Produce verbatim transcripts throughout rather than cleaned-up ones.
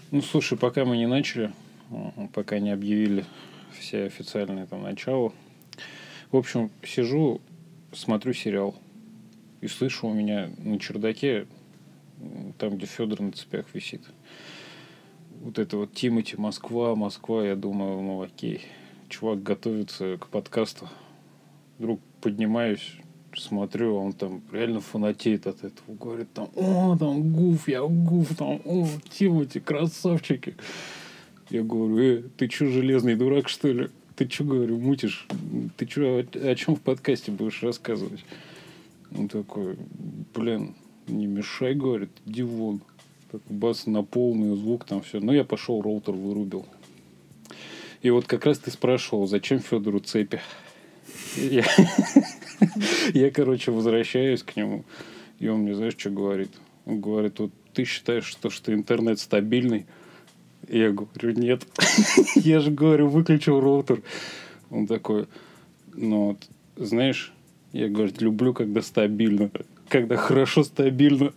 Ну, слушай, пока мы не начали, пока не объявили все официальные там начало. В общем, сижу, смотрю сериал. И слышу, у меня на чердаке, там, где Федор на цепях висит, вот это вот Тимати, Москва, Москва. Я думаю, ну окей, чувак готовится к подкасту. Вдруг поднимаюсь, смотрю, он там реально фанатеет от этого. Говорит там, о, там Гуф, я Гуф, там, о, Тимати, красавчики. Я говорю, э, ты чё, железный дурак, что ли? Ты чё, говорю, мутишь? Ты чё, о, о чем в подкасте будешь рассказывать? Он такой, блин, не мешай, говорит, иди вон. Так, бас на полный звук, там все. Ну, я пошел, роутер вырубил. И вот как раз ты спрашивал, зачем Федору цепи? Я, я, короче, возвращаюсь к нему, и он мне, знаешь, что говорит? Он говорит, вот ты считаешь, что, что интернет стабильный? Я говорю, нет. Я же говорю, выключил роутер. Он такой, ну вот, знаешь, я, говорит, люблю, когда стабильно. Когда хорошо стабильно.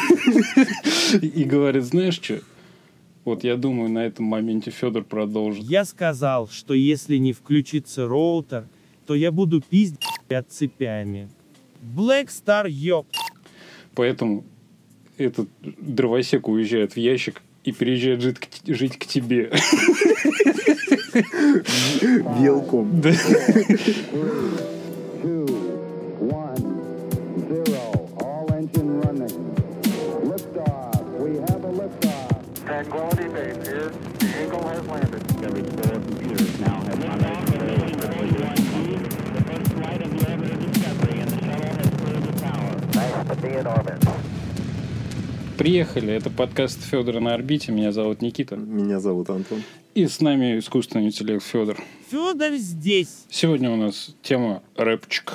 И говорит, знаешь что? Вот я думаю, на этом моменте Федор продолжит. Я сказал, что если не включится роутер, то я буду пиздить от цепями. Black Star, ёп. Поэтому этот дровосек уезжает в ящик и переезжает жить к, жить к тебе. Велком. Да. Tranquility Base here. The Eagle has landed. Discovery four computers now have contacted the first flight of the orbiter Discovery, and the shuttle has cleared the tower. Nice to be in orbit. Приехали. Это подкаст Федора на орбите. Меня зовут Никита. Меня зовут Антон. И с нами искусственный интеллект Федор. Федор здесь. Сегодня у нас тема рэпчик.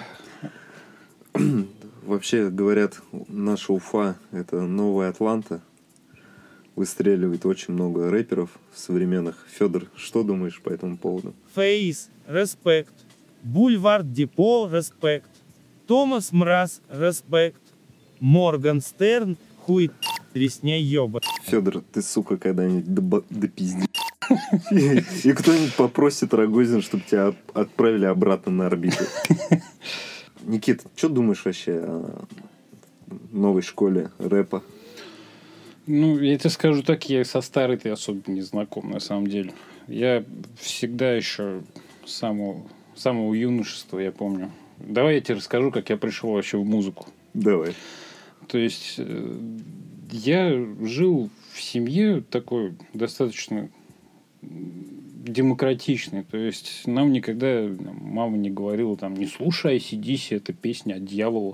Вообще, говорят, наша Уфа — это новая Атланта. Выстреливает очень много рэперов современных. Федор, что думаешь по этому поводу? Фейс, респект. Бульвард Депо, респект. Томас Мраз, респект. Морган Стерн, хуй, тресня ёба. Федор, ты, сука, когда-нибудь доба- допизди. И кто-нибудь попросит Рогозин, чтобы тебя отправили обратно на орбиту. Никит, что думаешь вообще о новой школе рэпа? Ну, я тебе скажу так, я со старой-то особо не знаком, на самом деле. Я всегда еще с самого, самого юношества, я помню. Давай я тебе расскажу, как я пришел вообще в музыку. Давай. То есть, э, я жил в семье такой достаточно демократичной. То есть, нам никогда мама не говорила, там, не слушай эй си ди си, это песня от дьявола.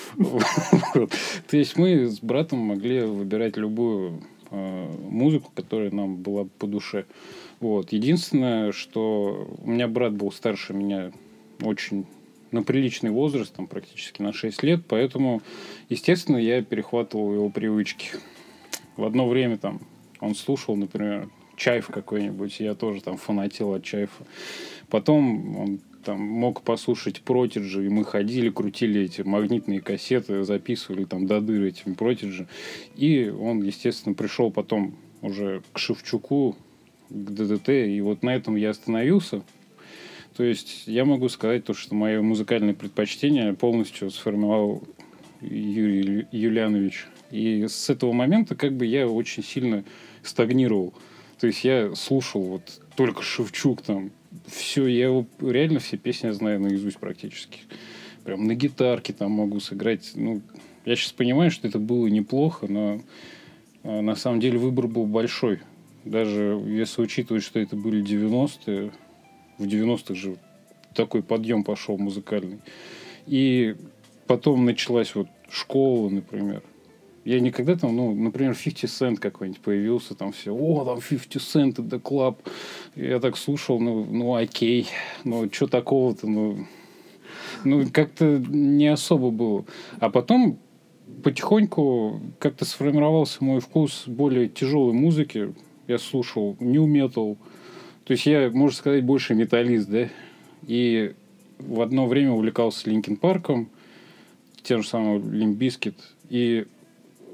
То есть, мы с братом могли выбирать любую музыку, которая нам была по душе. Вот. Единственное, что у меня брат был старше меня очень на приличный возраст, там, практически на шесть лет, поэтому, естественно, я перехватывал его привычки. В одно время там он слушал, например, Чайф какой-нибудь, я тоже там фанател от Чайфа. Потом он там мог послушать Протиджи, и мы ходили, крутили эти магнитные кассеты, записывали там до дыры этими Протиджи. И он, естественно, пришел потом уже к Шевчуку, к ДДТ, и вот на этом я остановился. То есть я могу сказать то, что мое музыкальное предпочтение полностью сформировал Юрий Юлианович. И с этого момента как бы я очень сильно стагнировал. То есть я слушал вот только Шевчук там. Все, я его реально все песни знаю наизусть практически. Прям на гитарке там могу сыграть. Ну, я сейчас понимаю, что это было неплохо, но а, на самом деле выбор был большой. Даже если учитывать, что это были девяностые, в девяностых же такой подъем пошел музыкальный. И потом началась вот школа, например. Я никогда там, ну, например, фифти Cent какой-нибудь появился, там все, о, там фифти Cent, это клаб. Я так слушал, ну, ну, окей, ну, что такого-то, ну, ну, как-то не особо было. А потом потихоньку как-то сформировался мой вкус более тяжелой музыки. Я слушал нью метал. То есть я, можно сказать, больше металлист, да? И в одно время увлекался Линкин Парком, тем же самым Лимп Бизкит. И вот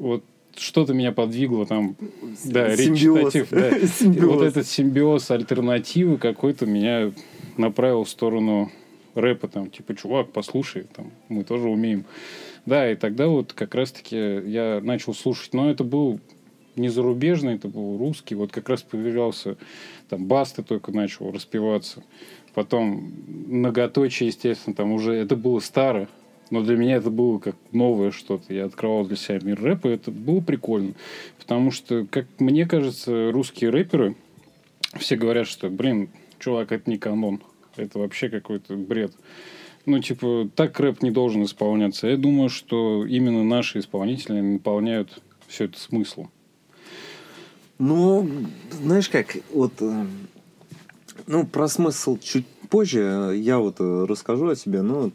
что-то меня подвигло там, да, Симбиоз. речитатив, да. И Симбиоз. вот этот симбиоз альтернативы какой-то меня направил в сторону рэпа, там, типа, чувак, послушай, там, мы тоже умеем. Да, и тогда вот как раз-таки я начал слушать, но это был не зарубежный, это был русский, вот как раз появлялся, там, Баста только начал распеваться, потом Многоточие, естественно, там уже, это было старо, но для меня это было как новое что-то. Я открывал для себя мир рэпа, и это было прикольно. Потому что, как мне кажется, русские рэперы все говорят, что, блин, чувак, это не канон. Это вообще какой-то бред. Ну, типа, так рэп не должен исполняться. Я думаю, что именно наши исполнители наполняют все это смыслом. Ну, знаешь как, вот, э, ну, про смысл чуть позже я вот э, расскажу о себе, но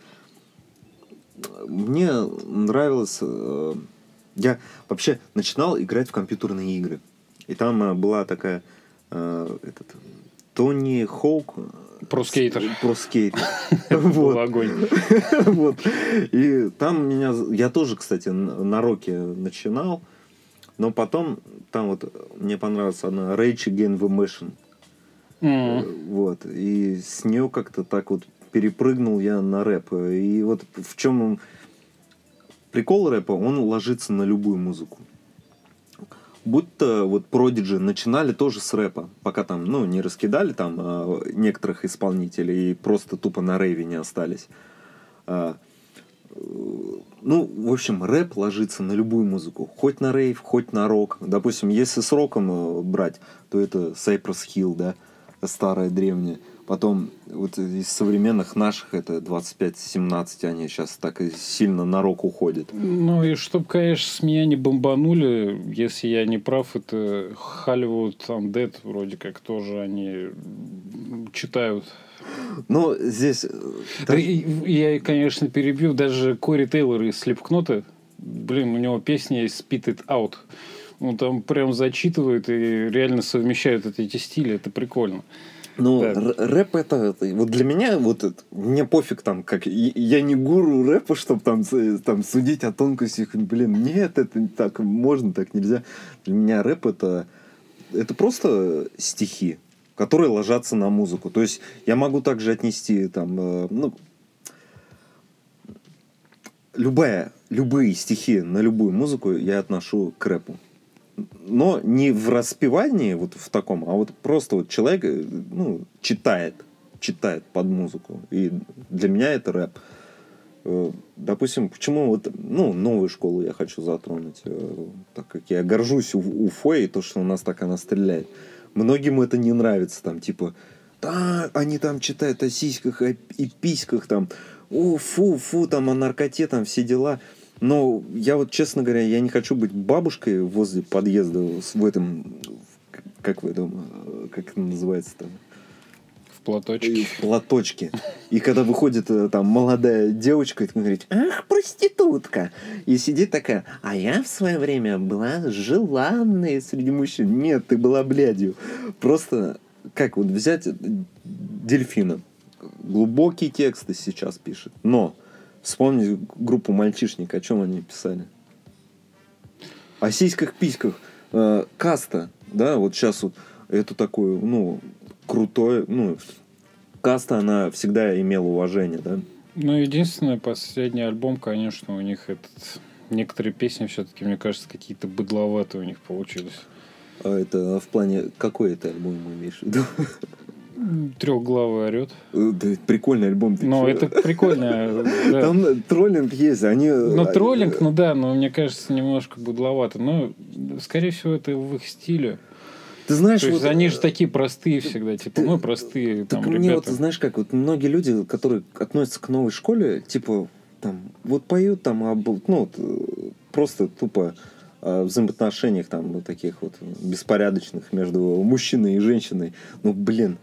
мне нравилось... э, я вообще начинал играть в компьютерные игры. И там э, была такая... э, этот, Тони Хоук. Про скейтер. Про скейтер. Был огонь. Вот. И там меня... Я тоже, кстати, на роке начинал. Но потом там вот мне понравилась одна Rage Against the Machine. Mm. Вот. И с нее как-то так вот перепрыгнул я на рэп. И вот в чем прикол рэпа, он ложится на любую музыку. Будто вот Prodigy начинали тоже с рэпа, пока там, ну, не раскидали там а, некоторых исполнителей и просто тупо на рейве не остались. А, ну, в общем, рэп ложится на любую музыку. Хоть на рейв, хоть на рок. Допустим, если с роком брать, то это Cypress Hill, да, старая, древняя. Потом вот из современных наших это двадцать пять семнадцать, они сейчас так и сильно на рок уходят. Ну и чтоб, конечно, с меня не бомбанули, если я не прав, это Hollywood Undead вроде как тоже они читают. Но здесь... Да, я, конечно, перебью, даже Кори Тейлор из Слипкнота, блин, у него песня есть Spit It Out. Он там прям зачитывает и реально совмещают эти стили, это прикольно. Ну, да. рэп это, это... Вот для меня, вот это, мне пофиг там, как... Я не гуру рэпа, чтобы там, там судить о тонкостях. Блин, нет, это так можно, так нельзя. Для меня рэп это... Это просто стихи, которые ложатся на музыку. То есть я могу также отнести там... Э, ну, любая, любые стихи на любую музыку я отношу к рэпу. Но не в распевании вот в таком, а вот просто вот человек, ну, читает, читает под музыку. И для меня это рэп. Допустим, почему вот, ну, новую школу я хочу затронуть, так как я горжусь Уфой и то, что у нас так она стреляет. Многим это не нравится, там, типа, да, они там читают о сиськах и письках, там, о, фу, фу, там, о наркоте, там, все дела. Но я вот, честно говоря, я не хочу быть бабушкой возле подъезда в этом, как в этом, как это называется там? В платочке. В платочке. И когда выходит там молодая девочка, и говорит, ах, проститутка. И сидит такая, а я в свое время была желанной среди мужчин. Нет, ты была блядью. Просто, как вот взять Дельфина. Глубокие тексты сейчас пишет. Но вспомни группу «Мальчишник», о чем они писали? О сиськах-письках. Э, каста, да, вот сейчас вот это такое, ну, крутое, ну, каста, она всегда имела уважение, да? Ну, единственное, последний альбом, конечно, у них этот... Некоторые песни все-таки, мне кажется, какие-то быдловатые у них получились. А это в плане... Какой это альбом имеешь в виду? Трехглавый орет. Да, прикольный альбом. Ну, это прикольно. Да. Там троллинг есть, они... Ну, троллинг, ну да, но мне кажется, немножко быдловато. Но, скорее всего, это в их стиле. Ты знаешь, То есть вот, они же такие простые всегда, типа, ты, мы простые так там мне ребята. вот, знаешь, как, вот многие люди, которые относятся к новой школе, типа, там, вот поют там, об, ну, вот, просто тупо о взаимоотношениях там, вот таких вот беспорядочных между мужчиной и женщиной. Ну, блин,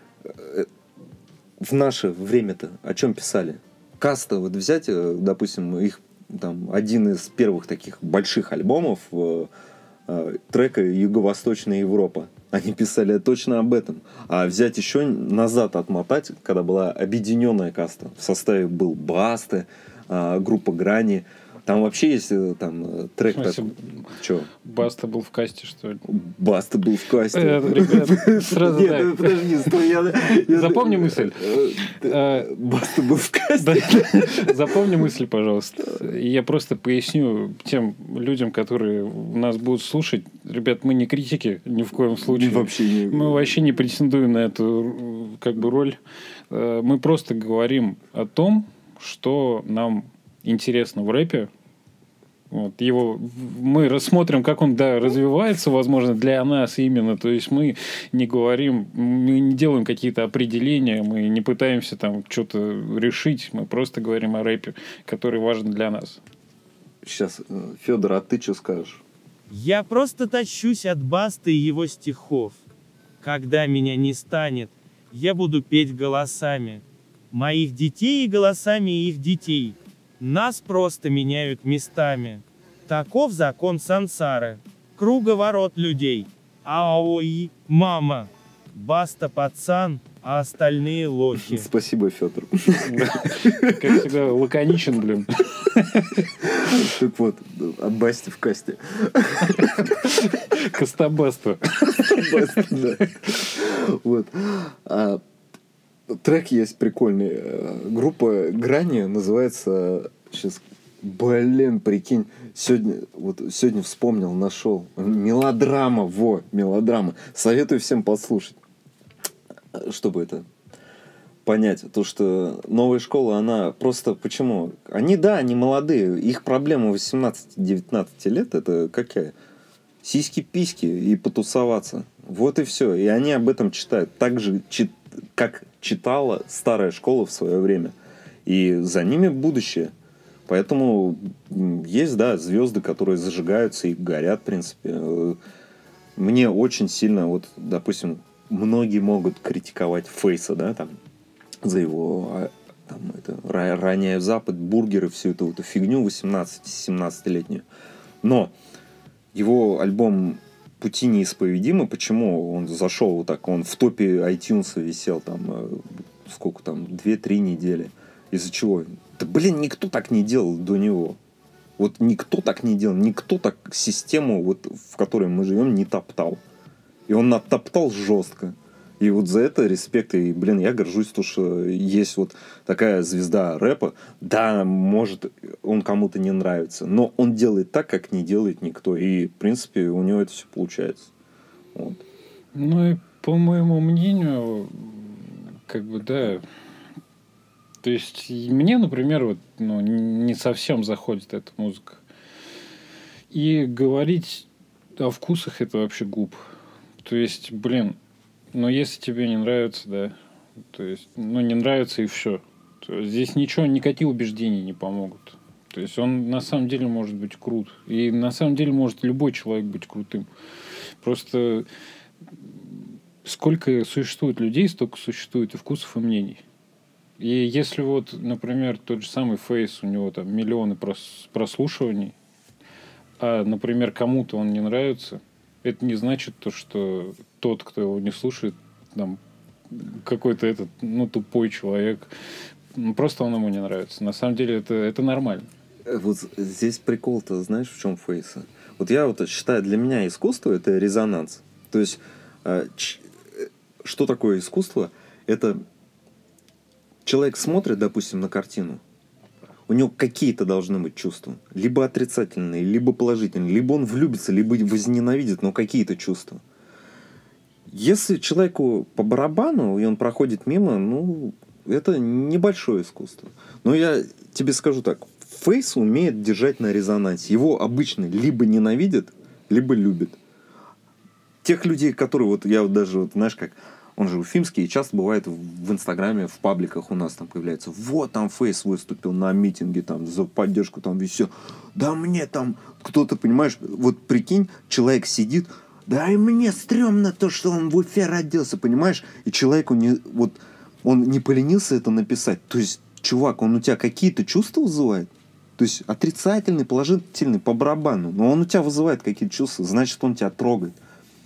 в наше время-то о чем писали? Каста, вот взять, допустим, их там один из первых таких больших альбомов, э, трека «Юго-Восточная Европа». Они писали точно об этом. А взять еще назад отмотать, когда была объединенная каста. В составе был Басты, э, группа Грани, Там вообще есть э, там э, трек В смысле, такой. Че? Баста был в касте, что ли? Баста был в касте. Э, ребят, сразу Нет, так. ну, подожди, стой, я- я- Запомни мысль. Э, Э, Баста был в касте. Да. Запомни мысль, пожалуйста. И я просто поясню тем людям, которые нас будут слушать. Ребят, мы не критики ни в коем случае. Вообще не... Мы вообще не претендуем на эту э, как бы роль. Э, Мы просто говорим о том, что нам интересно в рэпе. Вот, его мы рассмотрим, как он да, развивается, возможно, для нас именно. То есть мы не говорим, мы не делаем какие-то определения, мы не пытаемся там что-то решить, мы просто говорим о рэпе, который важен для нас. Сейчас, Федор, а ты что скажешь? Я просто тащусь от Басты и его стихов. Когда меня не станет, я буду петь голосами моих детей и голосами их детей. Нас просто меняют местами. Таков закон сансары. Круговорот людей. Аои, мама. Баста пацан, а остальные лохи. Спасибо, Федор. Как всегда, лаконичен, блин. Так вот, от Басти в касте. Костобаста. Баста, да. Вот. А, трек есть прикольный. Э, Группа Грани называется... Сейчас, блин, прикинь. Сегодня, вот, сегодня вспомнил, нашел. Мелодрама, во, мелодрама. Советую всем послушать. Чтобы это понять. То, что новая школа, она просто... Почему? Они, да, они молодые. Их проблема восемнадцать-девятнадцать лет. Это какая? Сиськи-письки и потусоваться. Вот и все. И они об этом читают. Так же, чит, как читала старая школа в свое время. И за ними будущее. Поэтому есть, да, звезды, которые зажигаются и горят, в принципе. Мне очень сильно, вот, допустим, многие могут критиковать Фейса, да, там, за его там, это, ранее Запад, бургеры, всю эту, эту фигню восемнадцати-семнадцатилетнюю. Но его альбом «Пути неисповедимы», почему он зашел вот так, он в топе iTunes висел там, сколько там, две-три недели. Из-за чего? Да, блин, никто так не делал до него. Вот никто так не делал, никто так систему, вот, в которой мы живем, не топтал. И он натоптал жестко. И вот за это респект. И, блин, я горжусь, то, что есть вот такая звезда рэпа. Да, может, он кому-то не нравится, но он делает так, как не делает никто. И, в принципе, у него это все получается. Вот. Ну и по моему мнению, как бы, да... То есть, мне, например, вот, ну, не совсем заходит эта музыка. И говорить о вкусах это вообще глупо. То есть, блин, ну, если тебе не нравится, да, то есть, ну, не нравится и все. То есть, здесь ничего, никакие убеждения не помогут. То есть, он на самом деле может быть крут. И на самом деле может любой человек быть крутым. Просто сколько существует людей, столько существует и вкусов, и мнений. И если вот, например, тот же самый Фейс, у него там миллионы прос- прослушиваний, а, например, кому-то он не нравится, это не значит то, что тот, кто его не слушает, там, какой-то этот, ну, тупой человек, просто он ему не нравится. На самом деле это, это нормально. Вот здесь прикол-то, знаешь, в чем Фейса? Вот я вот считаю, для меня искусство — это резонанс. То есть, э, ч- что такое искусство? Это человек смотрит, допустим, на картину, у него какие-то должны быть чувства. Либо отрицательные, либо положительные. Либо он влюбится, либо возненавидит, но какие-то чувства. Если человеку по барабану, и он проходит мимо, ну, это небольшое искусство. Но я тебе скажу так. Фейс умеет держать на резонансе. Его обычно либо ненавидят, либо любят. Тех людей, которые, вот я вот даже, вот, знаешь, как... Он же уфимский, и часто бывает в Инстаграме, в пабликах у нас там появляется. Вот там Фейс выступил на митинге там за поддержку, там и все. Да мне там кто-то, понимаешь, вот прикинь, человек сидит, да и мне стрёмно то, что он в Уфе родился, понимаешь? И человеку не, вот, он не поленился это написать. То есть, чувак, он у тебя какие-то чувства вызывает? То есть, отрицательный, положительный, по барабану. Но он у тебя вызывает какие-то чувства, значит, он тебя трогает.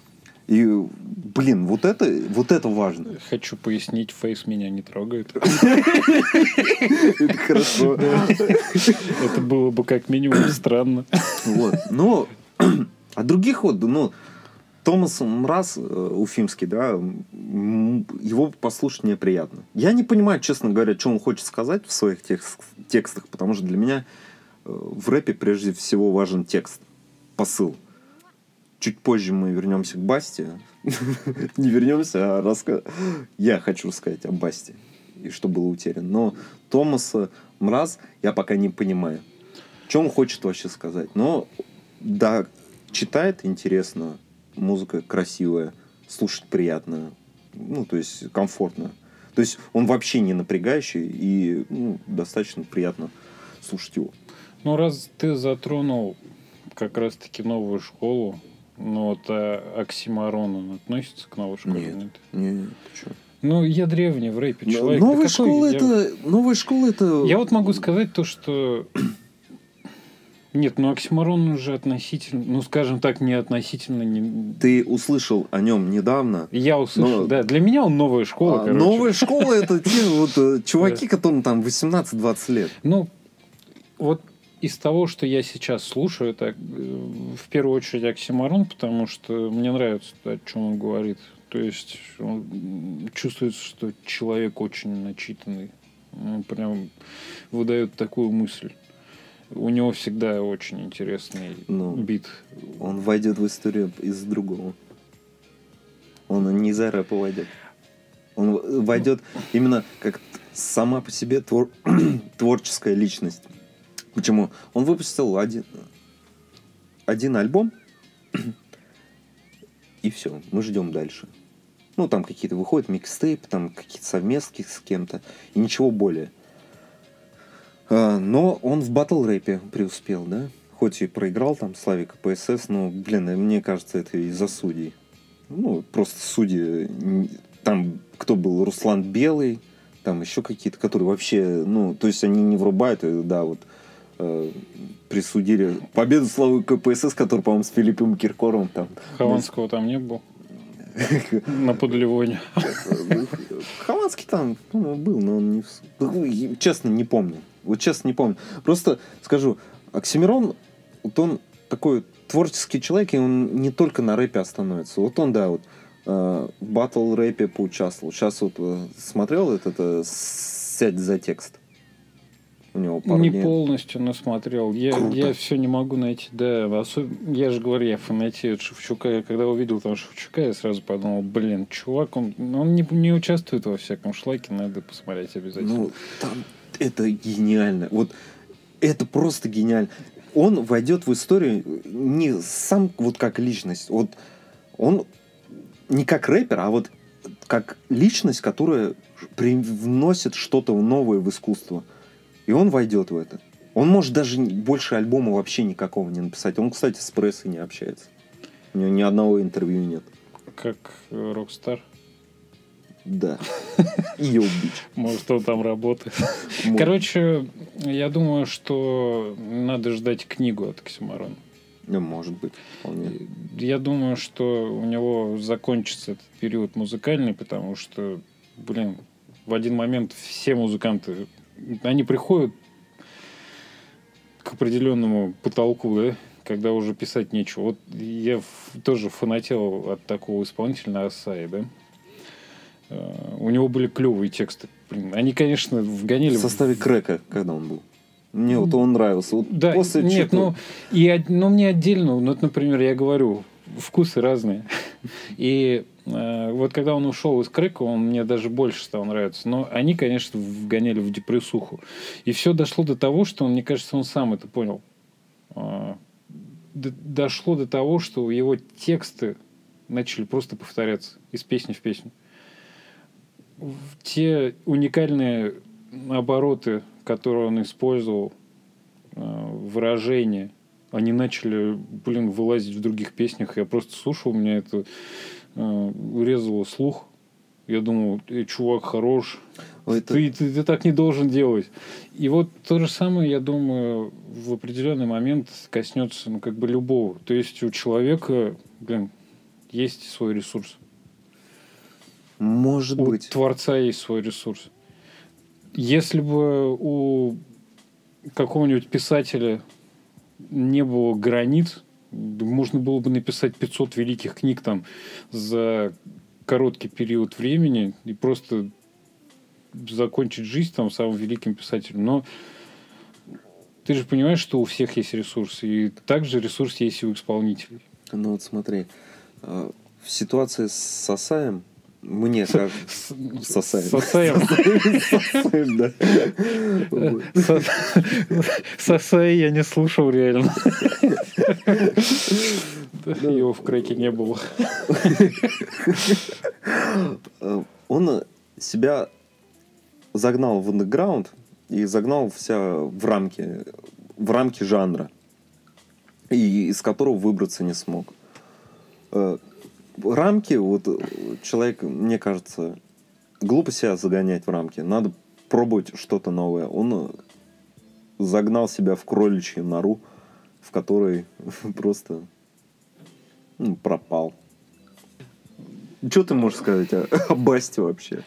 И, блин, вот это, вот это важно. Хочу пояснить, фейс меня не трогает. Это хорошо. Это было бы как минимум странно. Вот. Но, а других вот, ну, Томас Мраз, э, уфимский, да, м, его послушать мне приятно. Я не понимаю, честно говоря, что он хочет сказать в своих текст- текстах, потому что для меня э, в рэпе прежде всего важен текст, посыл. Чуть позже мы вернемся к Басте. Не вернемся, а раска... я хочу рассказать о Басте и что было утеряно. Но Томаса Мраз я пока не понимаю, что он хочет вообще сказать. Но да, читает интересно, музыка красивая, слушать приятно, ну, то есть комфортно. То есть он вообще не напрягающий и ну, достаточно приятно слушать его. Ну, раз ты затронул как раз-таки новую школу, ну, вот а оксиморон, он относится к новой школе? Нет. Нет? Не, не, ты чё? Ну, я древний в рэпе человек. Новая Да какой школа я- это... Новая школа это... Я вот могу сказать то, что... Нет, ну оксиморон уже относительно, ну, скажем так, не относительно... Не... Ты услышал о нем недавно. Я услышал, Но- да. Для меня он новая школа, А, короче. новая школа это те вот э, чуваки, которым там восемнадцать-двадцать лет. Ну, вот из того, что я сейчас слушаю, это э, в первую очередь оксиморон, потому что мне нравится, о чем он говорит. То есть он, м, чувствуется, что человек очень начитанный. Он прям выдает такую мысль. У него всегда очень интересный Ну. бит. Он войдет в историю из другого. Он не из рэпа войдет. Он войдет именно как сама по себе твор- творческая личность. Почему? Он выпустил один, один альбом, и все, мы ждем дальше. Ну, там какие-то выходят микстейпы, там какие-то совместки с кем-то, и ничего более. А, но он в батл-рэпе преуспел, да? Хоть и проиграл там Славик ПСС, но, блин, мне кажется, это из-за судей. Ну, просто судьи... н- Там кто был? Руслан Белый, там еще какие-то, которые вообще... Ну, то есть они не врубают, и, да, вот э, присудили победу Славы КПСС, который, по-моему, с Филиппом Киркоровым там... Хованского там не было. На Подливоне. Хованский там ну, был, но он не... в- Ну, честно, не помню. Вот честно, не помню. Просто скажу, Оксимирон, вот он такой творческий человек, и он не только на рэпе остановится. Вот он, да, вот э, в батл-рэпе поучаствовал. Сейчас вот э, смотрел этот э, «Сядь за текст». У него пару Не дней. полностью, но смотрел. Я, Круто. я все не могу найти. Да, особ- я же говорю, я фанатею от Шевчука. Я когда увидел там Шевчука, я сразу подумал, блин, чувак, он, он не, не участвует во всяком шлаке, надо посмотреть обязательно. Ну, там это гениально. Вот это просто гениально. Он войдет в историю не сам вот как личность. Вот он не как рэпер, а вот как личность, которая привносит что-то новое в искусство. И он войдет в это. Он может даже больше альбома вообще никакого не написать. Он, кстати, с прессой не общается. У него ни одного интервью нет. Как э, Рокстар. Да. И ее убить. Может, он там работает. Может. Короче, я думаю, что надо ждать книгу от Оксиморона. Ну, может быть, вполне. Я думаю, что у него закончится этот период музыкальный, потому что, блин, в один момент все музыканты, они приходят к определенному потолку, да, когда уже писать нечего. Вот я ф- тоже фанател от такого исполнителя Асаи, да. Э, У него были клевые тексты. Блин, они, конечно, вгоняли... В в- составе Крека, когда он был. Мне вот он нравился. Вот Да, после нет, чего- ну, и, од- ну, мне отдельно, ну, вот, например, я говорю, вкусы разные. И э, вот когда он ушел из Крека, он мне даже больше стал нравиться. Но они, конечно, вгоняли в депрессуху. И все дошло до того, что, он, мне кажется, он сам это понял. Э, д- дошло до того, что его тексты начали просто повторяться из песни в песню. В- Те уникальные обороты, которые он использовал, э, выражения, они начали, блин, вылазить в других песнях. Я просто слушал, у меня это э, урезало слух. Я думал, «Эй, чувак, хорош. Ой, это- Ты, ты, ты так не должен делать». И вот то же самое, я думаю, в определенный момент коснется, ну, как бы любого. То есть у человека, блин, есть свой ресурс. Может У быть. творца есть свой ресурс. Если бы у какого-нибудь писателя не было границ, можно было бы написать пятьсот великих книг там за короткий период времени и просто закончить жизнь там самым великим писателем. Но ты же понимаешь, что у всех есть ресурс, и также ресурс есть и у исполнителей. Ну вот смотри, э, в ситуации с Сасаем мне как... Сасаем. Сосаем. Сасаем, да. Сосай я не слушал реально. Его в крэке не было. Он себя загнал в андеграунд и загнал вся в рамки, в рамки жанра, и из которого выбраться не смог. Рамки, вот человек, мне кажется, глупо себя загонять в рамки. Надо пробовать что-то новое. Он загнал себя в кроличью нору, в которой просто ну, пропал. Что ты можешь сказать о, о Басте вообще?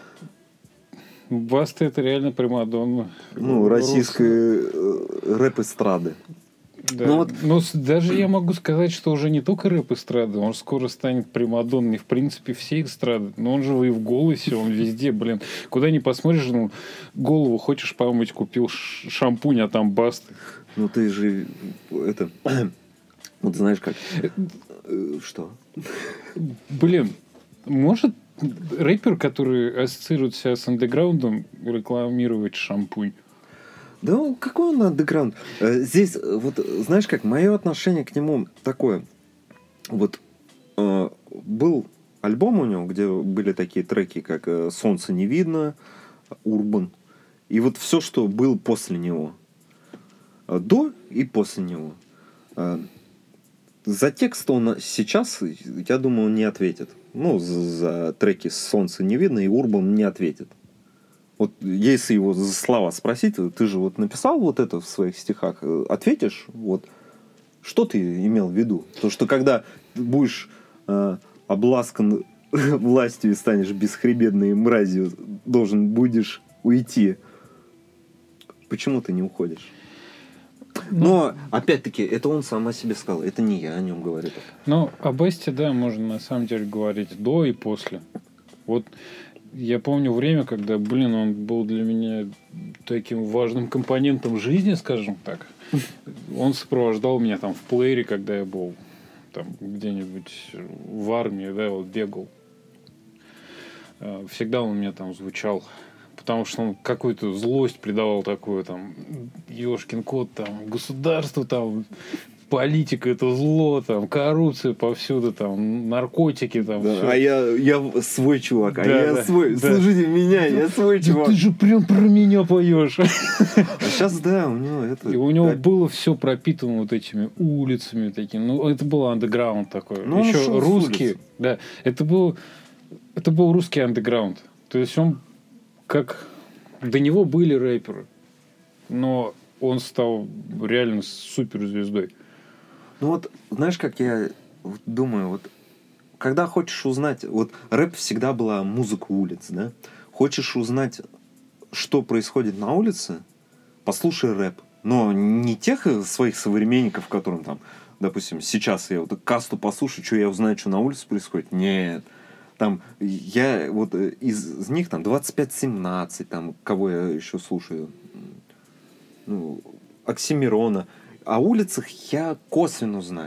Баста — это реально примадонна. Ну, российской э, рэп-эстрады. Да. Ну, вот... Но с- даже я могу сказать, что уже не только рэп-эстрады, он скоро станет примадонной, в принципе, всей эстрады. Но он же и в голосе, он везде, блин. Куда ни посмотришь, ну, голову хочешь помыть, купил ш- шампунь, а там Басты. Ну, ты же это... Вот знаешь как... Э, Что? Блин, может рэпер, который ассоциирует себя с андеграундом, рекламировать шампунь? Да ну, какой он андеграунд? Э, Здесь, э, вот, знаешь как, мое отношение к нему такое. Вот э, был альбом у него, где были такие треки, как э, «Солнце не видно», «Урбан». И вот все, что было после него. Э, До и после него. Э, За текст он сейчас, я думаю, он не ответит. Ну, за, за треки «Солнце не видно» и «Урбан» не ответит. Вот если его за слова спросить, ты же вот написал вот это в своих стихах, э, ответишь, вот, что ты имел в виду? То, что когда будешь э, обласкан властью и станешь бесхребетной мразью, должен будешь уйти. Почему ты не уходишь? Но, опять-таки, это он сам о себе сказал. Это не я о нем говорю. Ну, о Басте, да, можно на самом деле говорить до и после. Вот я помню время, когда, блин, он был для меня таким важным компонентом жизни, скажем так. Он сопровождал меня там в плеере, когда я был там где-нибудь в армии, да, вот бегал. Всегда он у меня там звучал. Потому что он какую-то злость придавал такую, там, ёшкин кот, там, государство, там, политика — это зло, там, коррупция повсюду, там, наркотики, там, Да, всё. а я, я свой чувак, а Да, я да, свой. да. Слушайте меня, я свой Да чувак. ты же прям про меня поешь. А сейчас, да, у него это... И у него да, было все пропитано вот этими улицами такими. Ну, это был андеграунд такой. Ну, он Еще шел с русский. улицы. Да, это был, это был русский андеграунд. То есть он как... До него были рэперы, но он стал реально суперзвездой. Ну вот, знаешь, как я вот думаю, вот, когда хочешь узнать... Вот рэп всегда была музыка улиц, да? Хочешь узнать, что происходит на улице, послушай рэп. Но не тех своих современников, которым там, допустим, сейчас я вот касту послушаю, что я узнаю, что на улице происходит. Нет. Там я вот из, из них там двадцать пять семнадцать, там, кого я еще слушаю, ну, Оксимирона. О улицах я косвенно знаю.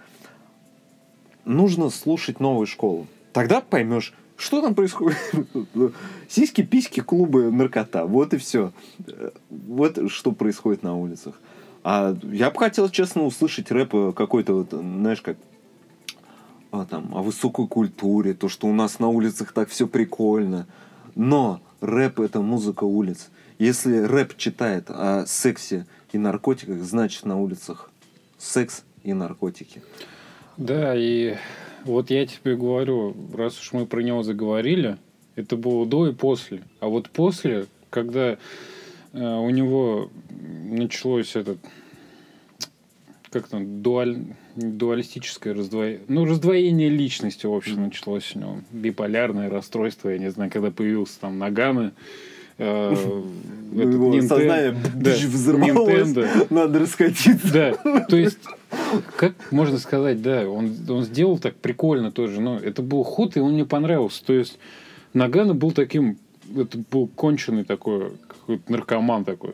Нужно слушать новую школу. Тогда поймешь, что там происходит. Сиськи, письки, клубы, наркота. Вот и все. Вот что происходит на улицах. А я бы хотел, честно, услышать рэп какой-то, вот, знаешь, как А, там, о высокой культуре, то, что у нас на улицах так все прикольно. Но рэп — это музыка улиц. Если рэп читает о сексе и наркотиках, значит на улицах секс и наркотики. Да, и вот я тебе говорю, раз уж мы про него заговорили, это было до и после. А вот после, когда э, у него началось этот... как там, дуаль, дуалистическое раздвоение, ну, раздвоение личности, в общем, началось у него. Биполярное расстройство, я не знаю, когда появился там Нагано, э, этот Его Нинтен- сознание да, взорвалось, Nintendo. надо раскатиться. Да, то есть, как можно сказать, да, он, он сделал так прикольно тоже, но это был ход, и он мне понравился. То есть, Нагано был таким, это был конченый такой, какой-то наркоман такой.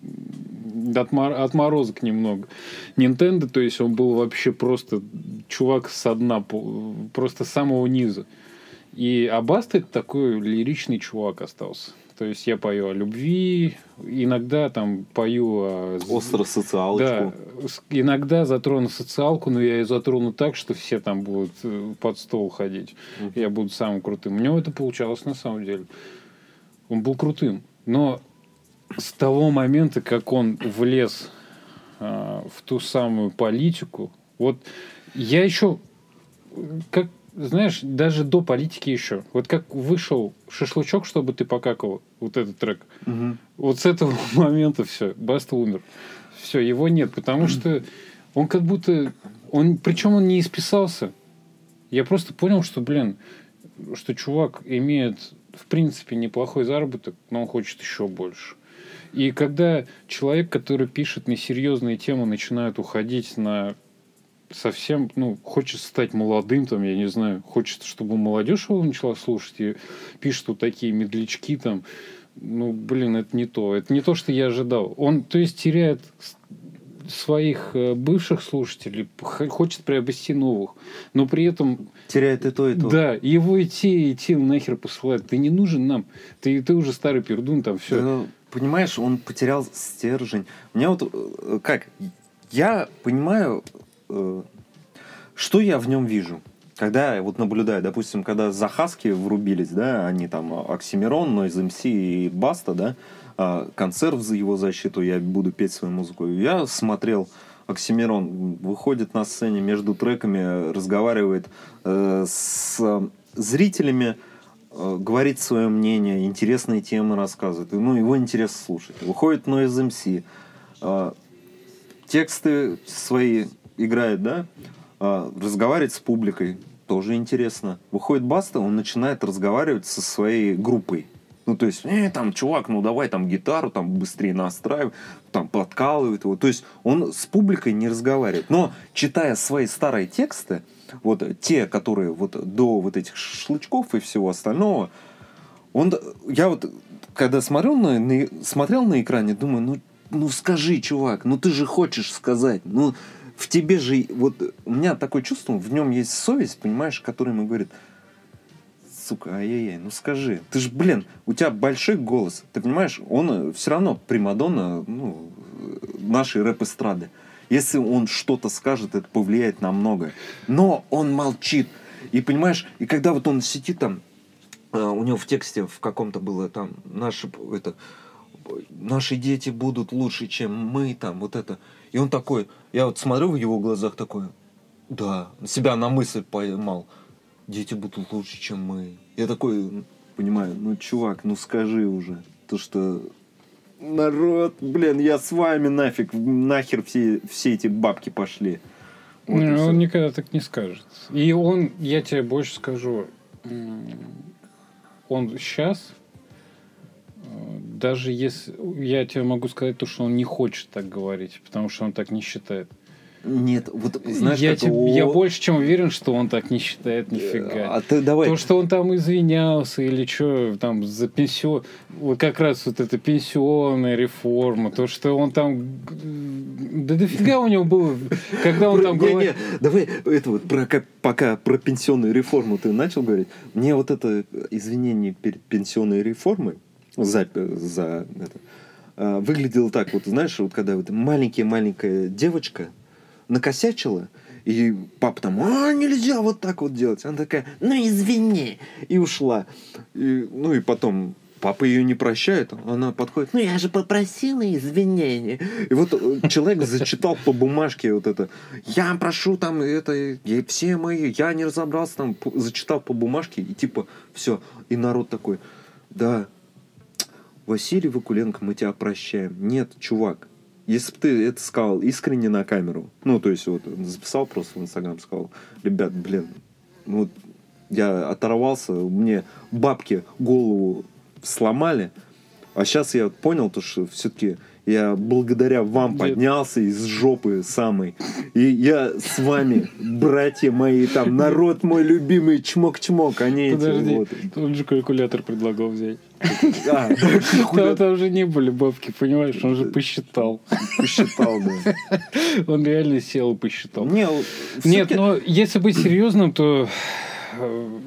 Отмор- отморозок немного. Nintendo, то есть, он был вообще просто чувак со дна, по- просто с самого низа. И Абаста это такой лиричный чувак остался. То есть я пою о любви, иногда там пою о... Остро социалочку. Да, с- иногда затрону социалку, но я ее затрону так, что все там будут э, под стол ходить. Мгм. Я буду самым крутым. У него это получалось на самом деле. Он был крутым. Но с того момента, как он влез э, в ту самую политику, вот я еще, как знаешь, даже до политики еще. Вот как вышел «Шашлычок, чтобы ты покакал», вот этот трек. Мгм. Вот с этого момента все, Баста умер. Все, его нет, потому что он как будто... Он, причем он не исписался. Я просто понял, что, блин, что чувак имеет, в принципе, неплохой заработок, но он хочет еще больше. И когда человек, который пишет несерьезные темы, начинает уходить на совсем, ну, хочет стать молодым, там, я не знаю, хочет, чтобы молодежь его начала слушать, и пишет вот такие медлячки, там, ну, блин, это не то. Это не то, что я ожидал. Он, то есть, теряет с- своих э, бывших слушателей, х- хочет приобрести новых, но при этом, Теряет и то, и то. да, его идти, идти нахер посылать. Ты не нужен нам. Ты, ты уже старый пердун, там, все. Да, ну, понимаешь, он потерял стержень. Мне вот э, как, я понимаю, э, что я в нем вижу. Когда я вот наблюдаю, допустим, когда Захаски врубились, да, они там Оксимирон, Noise эм си и Баста, да, а, концерт за его защиту, я буду петь свою музыку. Я смотрел, Оксимирон выходит на сцене между треками, разговаривает э, с зрителями, э, говорит свое мнение, интересные темы рассказывает. И, ну, его интересно слушать. Выходит Noise эм си, э, тексты свои играет, да, э, разговаривает с публикой, тоже интересно. Выходит Баста, он начинает разговаривать со своей группой. Ну, то есть, э, там, чувак, ну давай там гитару там быстрее настраивай, там подкалывает его. То есть он с публикой не разговаривает. Но читая свои старые тексты, вот те, которые вот до вот этих шашлычков и всего остального, он, я вот когда смотрел на, на, смотрел на экране, думаю, ну, ну скажи, чувак, ну ты же хочешь сказать, ну в тебе же, вот у меня такое чувство, в нем есть совесть, понимаешь, которая ему говорит, сука, ай-яй-яй, ну скажи, ты ж, блин, у тебя большой голос, ты понимаешь, он все равно примадонна, ну, нашей рэп-эстрады. Если он что-то скажет, это повлияет на многое. Но он молчит. И понимаешь, и когда вот он сидит там, э, у него в тексте в каком-то было там, наши, это, наши дети будут лучше, чем мы, там, вот это. И он такой, я вот смотрю в его глазах такой, да, себя на мысль поймал. Дети будут лучше, чем мы. Я такой, понимаю, ну, чувак, ну скажи уже. То, что народ, блин, я с вами нафиг, нахер все, все эти бабки пошли. Вот и Не, всё. он никогда так не скажет. И он, я тебе больше скажу, м, он сейчас, даже если... Я тебе могу сказать то, что он не хочет так говорить, потому что он так не считает. Нет, вот знаешь, я, как тебе- о- я больше чем уверен, что он так не считает нифига. А ты давай. То, что он там извинялся или что, там, за пенсион... Вот как раз вот эта пенсионная реформа, то, что он там... Да дофига у него было, когда он Про- там не, говорит... не, давай это вот про, как- пока про пенсионную реформу ты начал говорить. Мне вот это извинение перед пенсионной реформой за, за это, а, выглядело так, вот знаешь, вот когда вот маленькая-маленькая девочка накосячила, и папа там, а, нельзя вот так вот делать. Она такая, ну извини, и ушла. И, ну и потом папа ее не прощает, она подходит, ну я же попросила извинения. И вот э, человек зачитал по бумажке вот это, я прошу там это, и все мои, я не разобрался там, п- зачитал по бумажке, и типа все, и народ такой, да, Василий Вакуленко, мы тебя прощаем. Нет, чувак, если бы ты это сказал искренне на камеру, ну, то есть вот записал просто в Инстаграм, сказал, ребят, блин, ну, вот я оторвался, мне бабки голову сломали, а сейчас я понял, то, что все-таки я благодаря вам Дед. поднялся из жопы самой. И я с вами, братья мои, там, народ мой любимый, чмок-чмок, а не эти Подожди, вот. он же калькулятор предлагал взять. А, да, Там, там же не были бабки, понимаешь? Он же посчитал. посчитал, да. Он реально сел и посчитал. Не, Нет, всё-таки- но если быть серьезным, то э,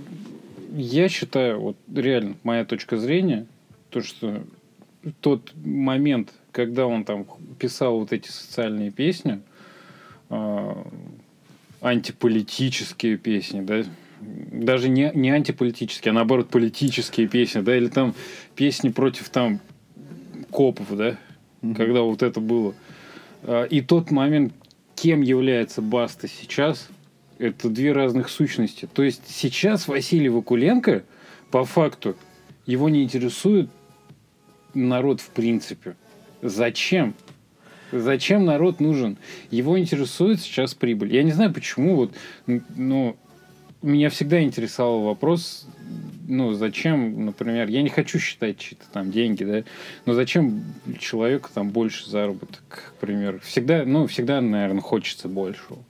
я считаю, вот реально, моя точка зрения, то, что тот момент, когда он там писал вот эти социальные песни, э, антиполитические песни, да, даже не, не антиполитические, а наоборот политические песни, да, или там песни против там копов, да, Мгм. когда вот это было. А, И тот момент, кем является Баста сейчас, это две разных сущности. То есть сейчас Василий Вакуленко, по факту, его не интересует народ в принципе. Зачем? Зачем народ нужен? Его интересует сейчас прибыль. Я не знаю, почему вот, н- ну, меня всегда интересовал вопрос, ну, зачем, например, я не хочу считать чьи-то там деньги, да, но зачем человеку там больше заработок, к примеру. Всегда, ну, всегда, наверное, хочется большего.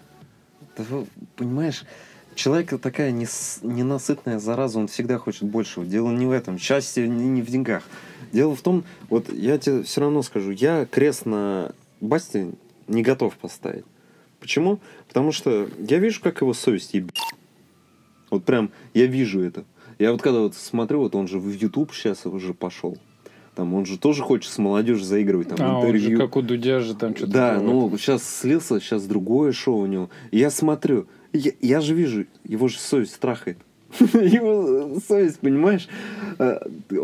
Да вы понимаешь, человек такая нес- ненасытная зараза, он всегда хочет большего. Дело не в этом, счастье не, не в деньгах. Дело в том, вот я тебе все равно скажу, я крест на Басте не готов поставить. Почему? Потому что я вижу, как его совесть ебет. Вот прям я вижу это. Я вот когда вот смотрю, вот он же в YouTube сейчас уже пошел. Там он же тоже хочет с молодежью заигрывать, там А, он же интервью. как у Дудя же там что-то... Да, было. ну сейчас слился, сейчас другое шоу у него. И я смотрю, я, я же вижу, его же совесть трахает. Его совесть, понимаешь, э,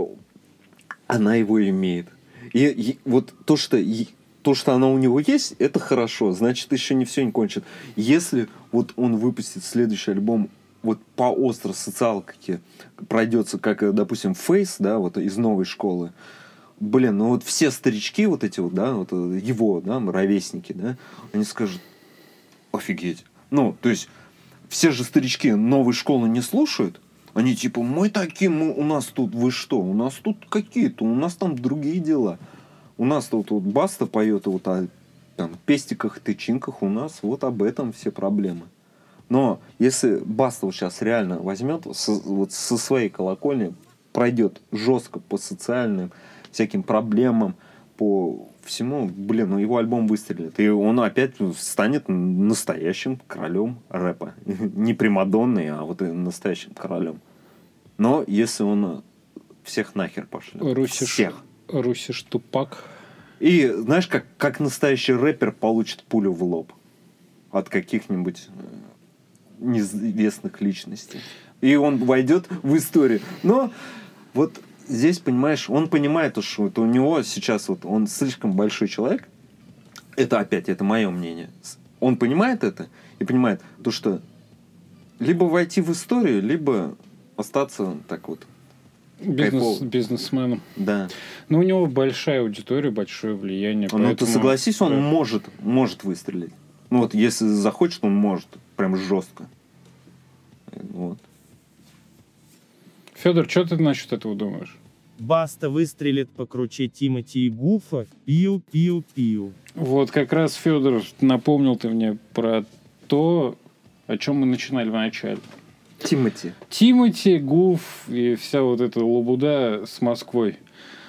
она его имеет. И, и вот то, что и- то, что она у него есть, это хорошо. Значит, еще не все не кончит. Если вот он выпустит следующий альбом вот по остро социалке пройдется, как, э, допустим, Фейс, да, вот из новой школы. Блин, ну вот все старички вот эти вот, да, вот э, его, да, ровесники, да, они скажут, офигеть. Ну, то есть, все же старички новой школы не слушают. Они типа, мы такие, мы, у нас тут, вы что, у нас тут какие-то, у нас там другие дела. У нас тут вот Баста поет вот о там, пестиках, тычинках, у нас вот об этом все проблемы. Но если Баста вот сейчас реально возьмет со, вот со своей колокольни, пройдет жестко по социальным всяким проблемам, по всему, блин, ну его альбом выстрелит. И он опять станет настоящим королем рэпа. Не примадонной, а вот и настоящим королем. Но если он всех нахер пошлет. Русиш, Всех. Русиш Тупак. И знаешь, как, как настоящий рэпер получит пулю в лоб от каких-нибудь э, неизвестных личностей. И он войдет в историю. Но вот здесь, понимаешь, он понимает, что это у него сейчас вот он слишком большой человек. Это опять, это мое мнение. Он понимает это и понимает то, что либо войти в историю, либо остаться так вот. Бизнес, Кайфово. бизнесменом. Да. Но у него большая аудитория, большое влияние. Ну, ты поэтому- согласись, он Да. может, может выстрелить. Ну, вот если захочет, он может. Прям жестко. Вот. Федор, что ты насчет этого думаешь? Баста выстрелит по круче Тимати и Гуфа. Пиу-пиу-пиу. Вот как раз, Федор, напомнил ты мне про то, о чем мы начинали в начале. Тимати. Тимати, Гуф и вся вот эта лабуда с Москвой.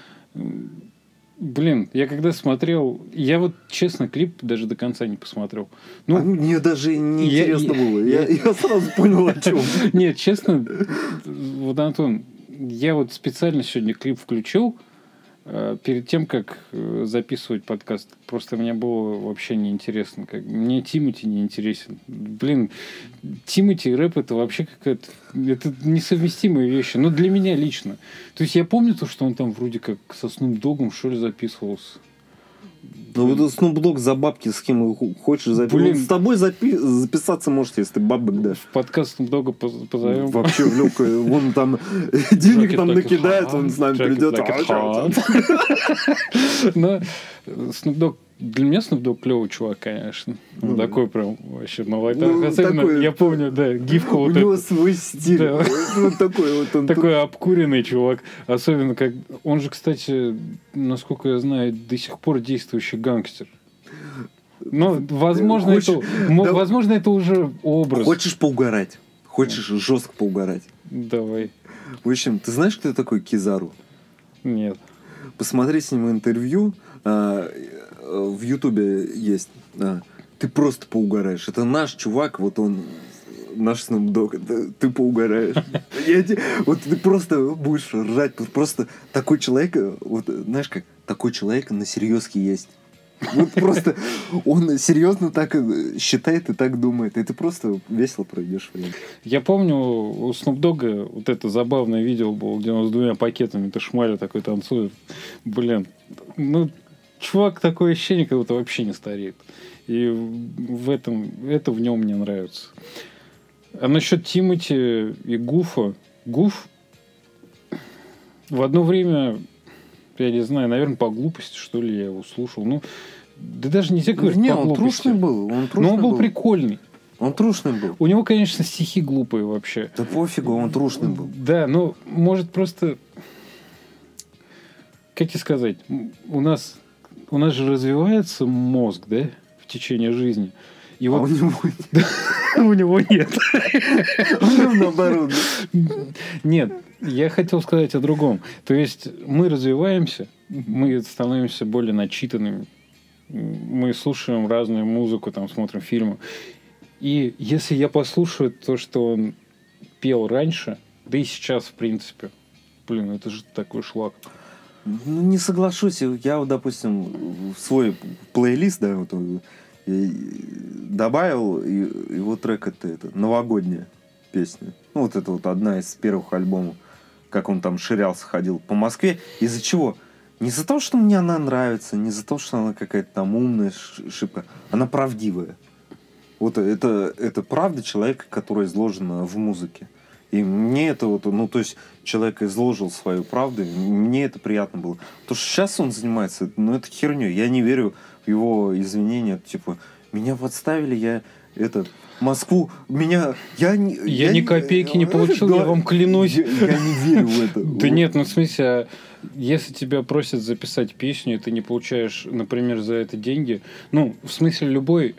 Блин, я когда смотрел... Я вот, честно, клип даже до конца не посмотрел. Ну, Ну, мне даже не я- интересно я- было. Я, я сразу понял, о чем. нет, честно, вот, Антон, я вот специально сегодня клип включил, э, перед тем, как э, записывать подкаст. Просто мне было вообще неинтересно. Как... Мне Тимати не интересен. Блин, Тимати и рэп — это вообще какая-то... Это несовместимые вещи. Но для меня лично. То есть я помню то, что он там вроде как со Snoop Dogg'ом, что ли, записывался. Ну, вот Snoop Dogg за бабки с кем хочешь записаться. Блин. С тобой запи- записаться может, если ты бабок дашь. В подкаст Snoop Dogg'a поз- позовем. Вообще в легкое. Вон там денег нам Jacket like a накидает, heart, он с нами jacket придет. like a А чё? heart. Но Snoop Dogg для меня Snoop Dogg клевый чувак, конечно. Он Ну, такой прям вообще на лайтах. Ну, Особенно, такой- я помню, да, гифка У вот него эта. свой стиль. Да. Он такой вот. Он Такой обкуренный чувак. Особенно как... Он же, кстати, насколько я знаю, до сих пор действующий гангстер. Ну, возможно, Хочешь- это, мо- да- возможно, это уже образ. Хочешь поугарать? Хочешь жестко поугарать? Давай. В общем, ты знаешь, кто такой Кизару? Нет. Посмотри с ним интервью. а, э, В Ютубе есть. а, Ты просто поугараешь. Это наш чувак, вот он наш Snoop Dogg, да, ты поугараешь. Я те- Вот ты просто будешь ржать. Просто такой человек, вот знаешь как, такой человек на серьезке есть. Вот просто он серьезно так и считает и так думает. И ты просто весело пройдешь время. Я помню, у Snoop Dogg вот это забавное видео было, где он с двумя пакетами шмаля такой танцует. Блин, ну, чувак, такое ощущение, как будто вообще не стареет. И в этом, это в нем мне нравится. А насчет Тимати и Гуфа. Гуф в одно время, я не знаю, наверное, по глупости, что ли, я его слушал. Ну, да даже нельзя говорить Не, по он глупости. трушный был. Он Но трушный он был был. прикольный. Он трушный был. У него, конечно, стихи глупые вообще. Да пофигу, он трушный был. Да, ну, может, просто... Как тебе сказать? М, У нас, у нас же развивается мозг, да, в течение жизни. И А вот у него у него нет. наоборот. Нет, я хотел сказать о другом. То есть мы развиваемся, мы становимся более начитанными, мы слушаем разную музыку, там смотрим фильмы. И если я послушаю то, что он пел раньше, да и сейчас, в принципе, блин, это же такой шлак. Ну, не соглашусь. Я, вот, допустим, в свой плейлист, да, вот, э, я добавил и- его трек это, это новогодняя песня. Ну, вот это вот одна из первых альбомов, как он там ширялся, ходил по Москве. Из-за чего? Не из-за того, что мне она нравится, не из-за того, что она какая-то там умная ш- шибко. Она правдивая. Вот это, это правда человека, которая изложена в музыке. И мне это вот, ну, то есть человек изложил свою правду, и мне это приятно было. То, что сейчас он занимается, ну, это херню. Я не верю в его извинения, типа, меня подставили, я это, Москву, меня, я... не- Я ни копейки не получил, я вам клянусь. Я, я не верю в это. Да нет, ну в смысле, а если тебя просят записать песню, и ты не получаешь, например, за это деньги, ну, в смысле, любой,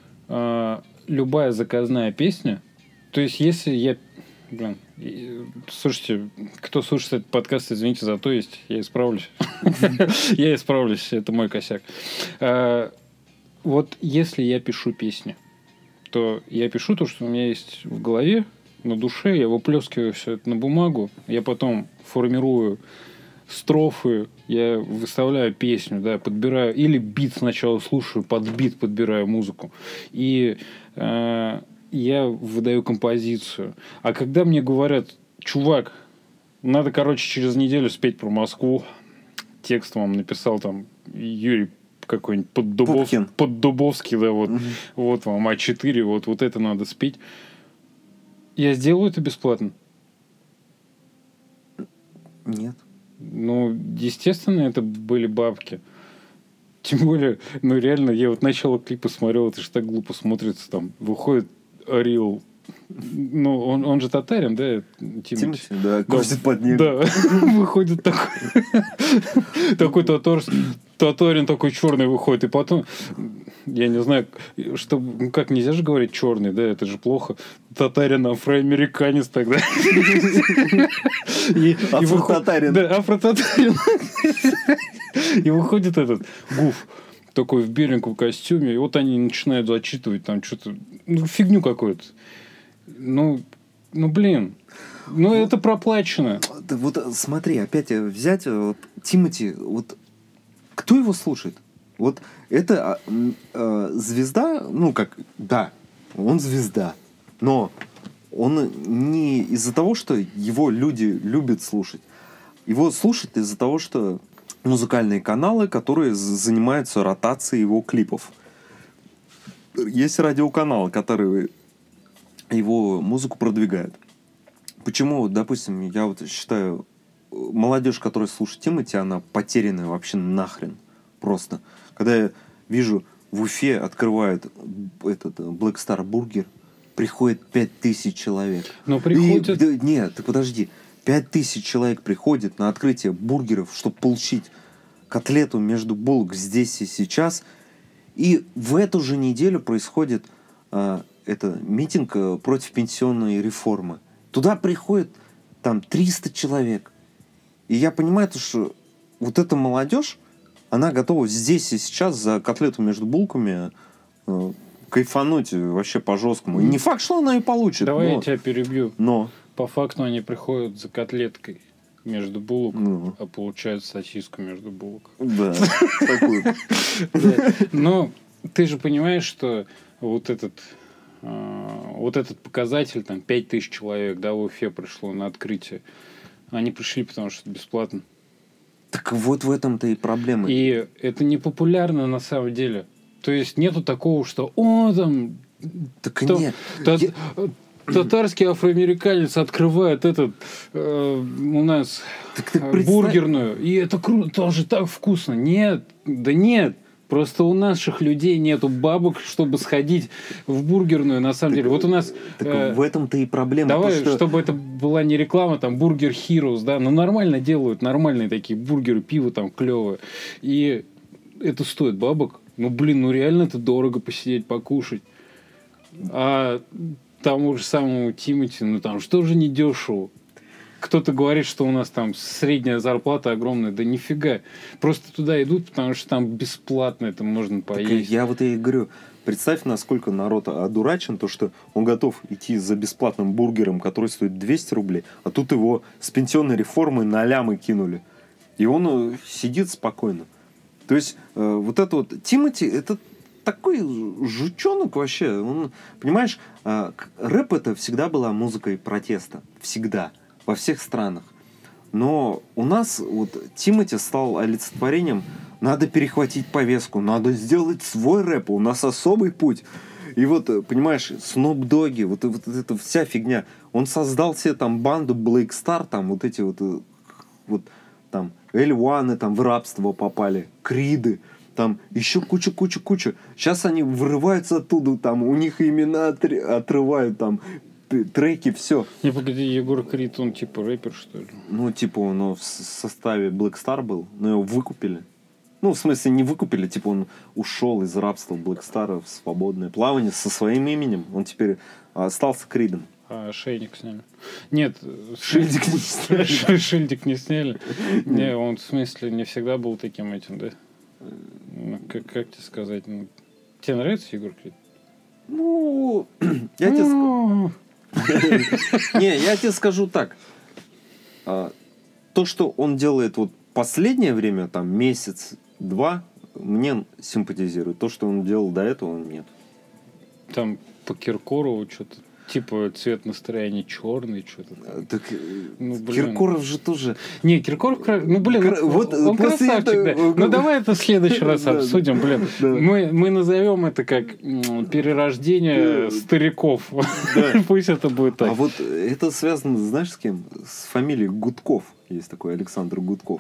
а, любая заказная песня, то есть если я... Блин, и- слушайте, кто слушает этот подкаст, извините за то, есть, я исправлюсь. Я исправлюсь, это мой косяк. А, Вот если я пишу песни, то я пишу то, что у меня есть в голове, на душе, я выплескиваю все это на бумагу, я потом формирую строфы, я выставляю песню, да, подбираю, или бит сначала слушаю, под бит подбираю музыку, и э, я выдаю композицию. А когда мне говорят, чувак, надо, короче, через неделю спеть про Москву, текст вам написал там Юрий какой-нибудь Поддубов... Пупкин. Поддубовский, да, вот, Мгм. вот вам А четыре, вот, вот это надо спеть. Я сделаю это бесплатно. Нет. Ну, естественно, это были бабки. Тем более, ну реально, я вот начало клипа смотрел, это же так глупо смотрится, там выходит Орел. Ну, он, он же татарин, да, Тимати? Тимати, да, косит под ним. Да, выходит такой, такой татар, татарин такой черный выходит, и потом, я не знаю, что, ну как, нельзя же говорить черный, да, это же плохо. Татарин, афроамериканец тогда. И- и выход- Афротатарин. Да, афротатарин. И выходит этот Гуф такой в беленьком костюме, и вот они начинают зачитывать там что-то, ну, фигню какую-то. Ну, ну, блин, ну, это проплачено. Да вот э, смотри, опять э, взять э, вот, Тимати, вот кто его слушает? Вот это а, м, э, звезда, ну как, да, он звезда, но он не из-за того, что его люди любят слушать. Его слушают из-за того, что музыкальные каналы, которые з- занимаются ротацией его клипов. Есть радиоканалы, которые его музыку продвигают. Почему, вот, допустим, я вот считаю, молодежь, которая слушает Тимати, она потерянная вообще нахрен. Просто. Когда я вижу, в Уфе открывают этот Black Star Burger, приходит пять тысяч человек. Но приходят... И, да, нет, ты подожди. пять тысяч человек приходит на открытие бургеров, чтобы получить котлету между булок здесь и сейчас. И в эту же неделю происходит э, это, митинг э, против пенсионной реформы. Туда приходит там триста человек. И я понимаю, то, что вот эта молодежь, она готова здесь и сейчас за котлету между булками э, кайфануть вообще по-жесткому. И не факт, что она и получит. Давай но... я тебя перебью. Но. По факту они приходят за котлеткой между булок, Ну. а получают сосиску между булок. Да, такую. Но ты же понимаешь, что вот этот вот этот показатель, там, пять тысяч человек, да, в Уфе пришло на открытие. Они пришли, потому что это бесплатно. Так вот в этом-то и проблема. И это не популярно на самом деле. То есть нету такого, что о, там... Так то- нет. та- Я- Татарский афроамериканец открывает этот э, у нас Так ты э, представь- бургерную, и это круто, тоже так вкусно. Нет, да нет. Просто у наших людей нету бабок, чтобы сходить в бургерную, на самом деле. Вот у нас... Так э, в этом-то и проблема. Давай, то, что... чтобы это была не реклама, там, Burger Heroes, да, но нормально делают, нормальные такие бургеры, пиво там клевое. И это стоит бабок. Ну, блин, ну реально это дорого посидеть, покушать. А тому же самому Тимати, ну там что же не дешево? Кто-то говорит, что у нас там средняя зарплата огромная. Да нифига. Просто туда идут, потому что там бесплатно это можно Так поесть. я вот и говорю, представь, насколько народ одурачен, то, что он готов идти за бесплатным бургером, который стоит двести рублей, а тут его с пенсионной реформой на лямы кинули. И он э, сидит спокойно. То есть э, вот это вот Тимати, это такой жучонок вообще. Он, понимаешь, э, к- рэп это всегда была музыкой протеста. Всегда. Во всех странах. Но у нас вот Тимати стал олицетворением: надо перехватить повестку, надо сделать свой рэп, у нас особый путь. И вот, понимаешь, Snoop Dogg, вот, вот эта вся фигня. Он создал себе там банду Black Star, там вот эти вот, э, вот там эль уан там в рабство попали, Криды, там еще куча-куча-куча. Сейчас они вырываются оттуда, там у них имена отри- отрывают, там т- треки, все. Не, погоди, Егор Крид, он типа рэпер, что ли? Ну, типа, он в с- составе Black Star был, но его выкупили. Ну, в смысле, не выкупили, типа, он ушел из рабства Black Star в свободное плавание со своим именем. Он теперь остался Кридом. А шейник сняли. Нет, Шильдик не сняли. Ш- Шильдик не сняли. Не, он в смысле не всегда был таким этим, да? Ну, как, как тебе сказать? Ну, тебе нравится Егор Крид? Ну, я тебе ск- Ну, не, я тебе скажу так. А, То, что он делает вот последнее время, там, месяц-два, мне симпатизирует. То, что он делал до этого, нет. там по Киркорову что-то. Типа цвет настроения черный, что-то. А, Так, э, Ну, блин. Киркоров же тоже... Не, Киркоров, кра- ну, блин, Кра- он, вот он после красавчик, этого- да. Ну, давай это в следующий раз Да, обсудим, блин. да. Мы, мы назовем это как м, перерождение Да. стариков. Пусть это будет так. А вот это связано, знаешь, с кем? С фамилией Гудков. Есть такой Александр Гудков.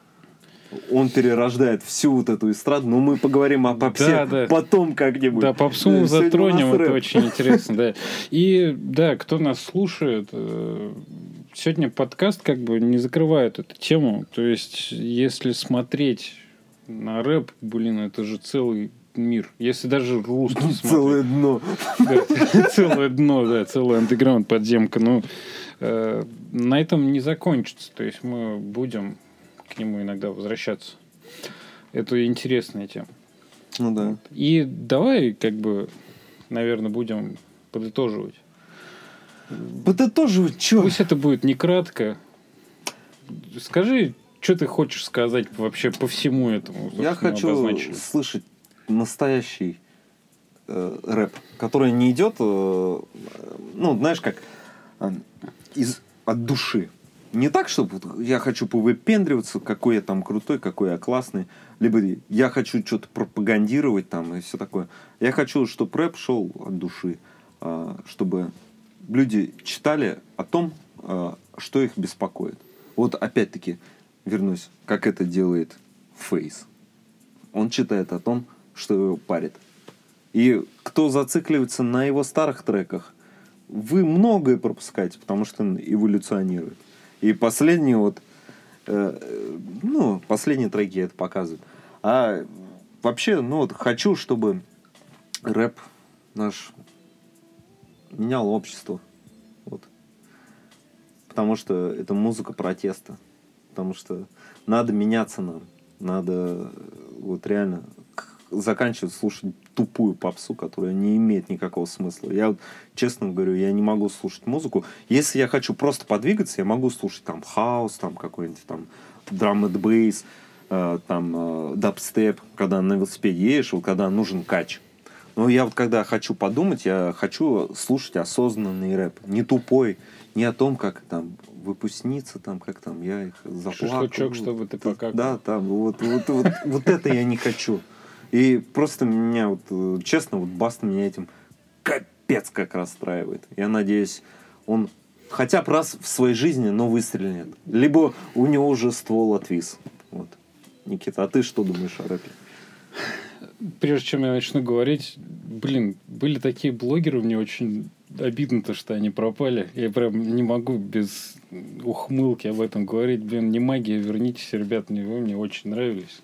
Он перерождает всю вот эту эстраду, но мы поговорим о попсе Да, да. потом как-нибудь. Да, попсу Сегодня у затронем, нас это рэп. очень интересно, да. И, да, кто нас слушает, э, сегодня подкаст как бы не закрывает эту тему. То есть, если смотреть на рэп, блин, это же целый мир. Если даже русский смотреть. Целое дно. Да, целое дно, да, целый андеграунд, подземка. Ну, э, на этом не закончится. То есть, мы будем к нему иногда возвращаться. Это интересная тема. Ну да. И давай, как бы, наверное, будем подытоживать. Подытоживать, что? Пусть это будет не кратко. Скажи, что ты хочешь сказать вообще по всему этому? собственно, Я хочу обозначили. слышать настоящий э, рэп, который не идет, э, ну, знаешь, как э, из, от души. Не так, чтобы вот я хочу повыпендриваться, какой я там крутой, какой я классный, либо я хочу что-то пропагандировать там и все такое. Я хочу, чтобы рэп шел от души, э, чтобы люди читали о том, э, что их беспокоит. Вот опять-таки вернусь, как это делает Фейс. Он читает о том, что его парит. И кто зацикливается на его старых треках, вы многое пропускаете, потому что он эволюционирует. И последние вот, э, ну, последние треки это показывают. А вообще, ну вот хочу, чтобы рэп наш менял общество. Вот. Потому что это музыка протеста. Потому что надо меняться нам. Надо вот реально заканчивать слушать тупую попсу, которая не имеет никакого смысла. Я вот, честно говорю, я не могу слушать музыку. Если я хочу просто подвигаться, я могу слушать там хаус, там какой-нибудь там драм энд бейс, э, там э, дабстеп, когда на велосипеде едешь, вот когда нужен кач. Но я вот когда хочу подумать, я хочу слушать осознанный рэп. Не тупой, не о том, как там выпускница, там, как там, я их заплакал. Шашлычок, чтобы ты покакал. Да, там, вот, вот, вот, вот это я не хочу. И просто меня, вот, честно, вот Баста меня этим капец как расстраивает. Я надеюсь, он хотя бы раз в своей жизни, но выстрелит. Либо у него уже ствол отвис. Вот. Никита, а ты что думаешь о рэпе? Прежде чем я начну говорить, блин, были такие блогеры, мне очень обидно то, что они пропали. Я прям не могу без ухмылки об этом говорить. Блин, не магия, вернитесь, ребят, мне, вы мне очень нравились.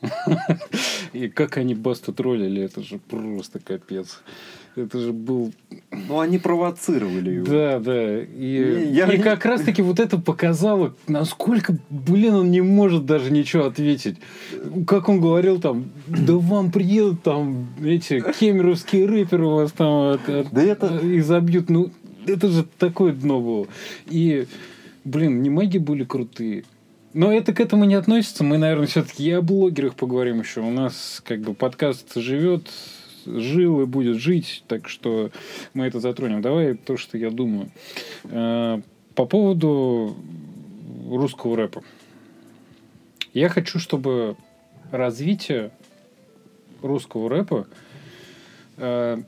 И как они Басту троллили, это же просто капец. Это же был... Ну, они провоцировали его. Да, да. И, Я- и как раз-таки вот это показало, насколько, блин, он не может даже ничего ответить. Как он говорил там, да вам приедут там эти кемеровские рэперы вас там от- от- Да это- и забьют. Ну, это же такое дно было. И, блин, не маги были крутые. Но это к этому не относится. Мы, наверное, все-таки и о блогерах поговорим еще. У нас как бы подкаст живет, жил и будет жить, так что мы это затронем. Давай то, что я думаю. Э, По поводу русского рэпа. Я хочу, чтобы развитие русского рэпа э,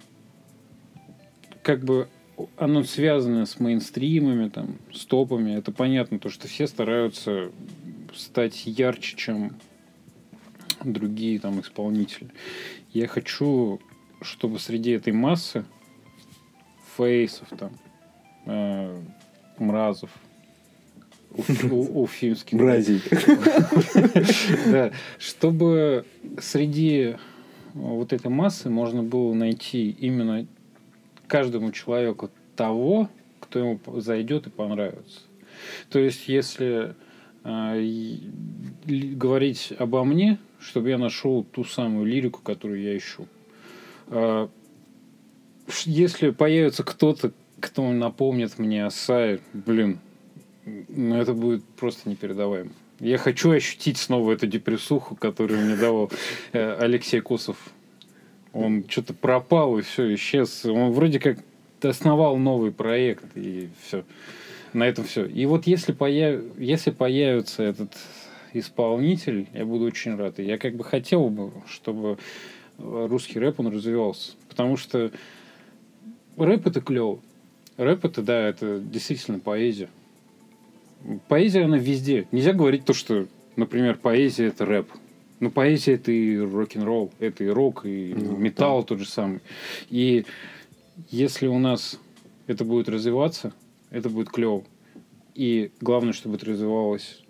как бы оно связано с мейнстримами, там, с топами. Это понятно, то, что все стараются стать ярче, чем другие там исполнители. Я хочу, чтобы среди этой массы фейсов, там, э, мразов, уф- у- уфимских, Бразий. да, чтобы среди вот этой массы можно было найти именно каждому человеку того, кто ему зайдет и понравится. То есть, если э, и- ли- говорить обо мне, чтобы я нашел ту самую лирику, которую я ищу. Э, ш- если появится кто-то, кто напомнит мне о Сае, блин, ну это будет просто непередаваемо. Я хочу ощутить снова эту депрессуху, которую мне давал э, Алексей Косов. Он что-то пропал и все, исчез. Он вроде как основал новый проект, и все. На этом все. И вот если, появ... если появится этот исполнитель, я буду очень рад. И я как бы хотел бы, чтобы русский рэп, он развивался. Потому что рэп — это клево. Рэп — это, да, это действительно поэзия. Поэзия, она везде. Нельзя говорить то, что, например, поэзия — это рэп. Ну, поэзия — это и рок-н-ролл, это и рок, и Ну, металл тот же самый. И если у нас это будет развиваться, это будет клево. И главное, чтобы это развивалось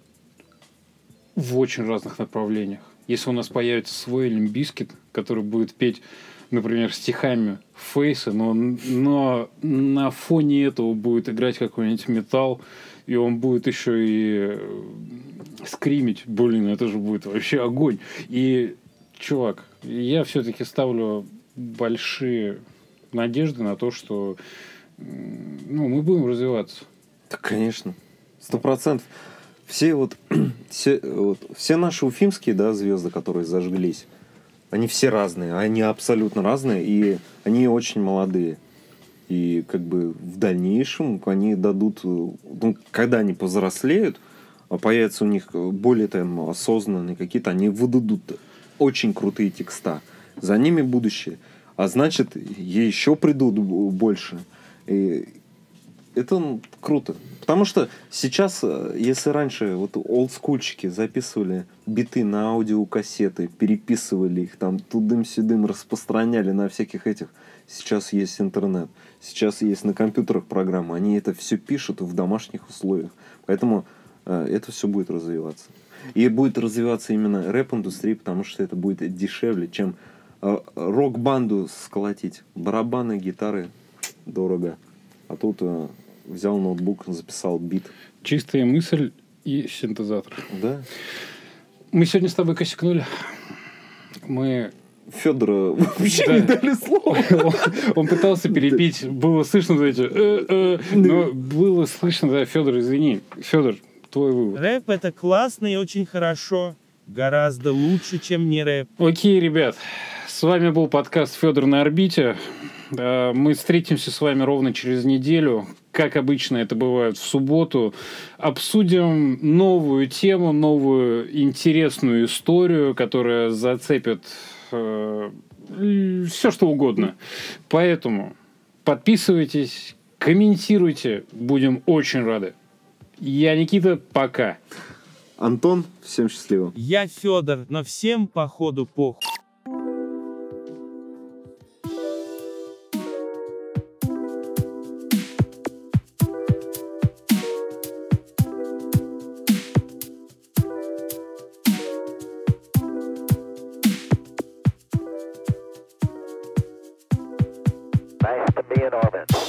в очень разных направлениях. Если у нас появится свой Лимп Бизкит, который будет петь, например, стихами Фейса, но, но на фоне этого будет играть какой-нибудь металл, и он будет еще и скримить, блин, это же будет вообще огонь. И, чувак, я все-таки ставлю большие надежды на то, что ну, мы будем развиваться. Да, конечно. Сто процентов. Все вот, все, вот, все наши уфимские, да, звезды, которые зажглись, они все разные, они абсолютно разные, и они очень молодые. И как бы в дальнейшем они дадут, ну, когда они повзрослеют, появятся у них более там осознанные какие-то, они выдадут очень крутые текста. За ними будущее. А значит, еще придут больше. И Это м, круто. Потому что сейчас, э, если раньше вот олдскульчики записывали биты на аудиокассеты, переписывали их там тудым-сюдым, распространяли на всяких этих, сейчас есть интернет, сейчас есть на компьютерах программы, они это все пишут в домашних условиях. Поэтому э, это все будет развиваться. И будет развиваться именно рэп-индустрия, потому что это будет дешевле, чем э, рок-банду сколотить. Барабаны, гитары дорого. А тут э, взял ноутбук, записал бит. Чистая мысль и синтезатор. Да. Мы сегодня с тобой косякнули. Мы... Федора вообще Да. не дали слова. Он, он пытался перепить. Было слышно, знаете, э, э, но было слышно, да, Федор, извини. Федор, твой вывод. Рэп это классно и очень хорошо. Гораздо лучше, чем не рэп. Окей, ребят, с вами был подкаст «Федор на орбите». Э, Мы встретимся с вами ровно через неделю. Как обычно это бывает в субботу. Обсудим новую тему, новую интересную историю, которая зацепит э, все, что угодно. Поэтому подписывайтесь, комментируйте. Будем очень рады. Я Никита, пока. Антон, всем счастливо. Я Федор, но всем походу похуй. Nice to be in orbit.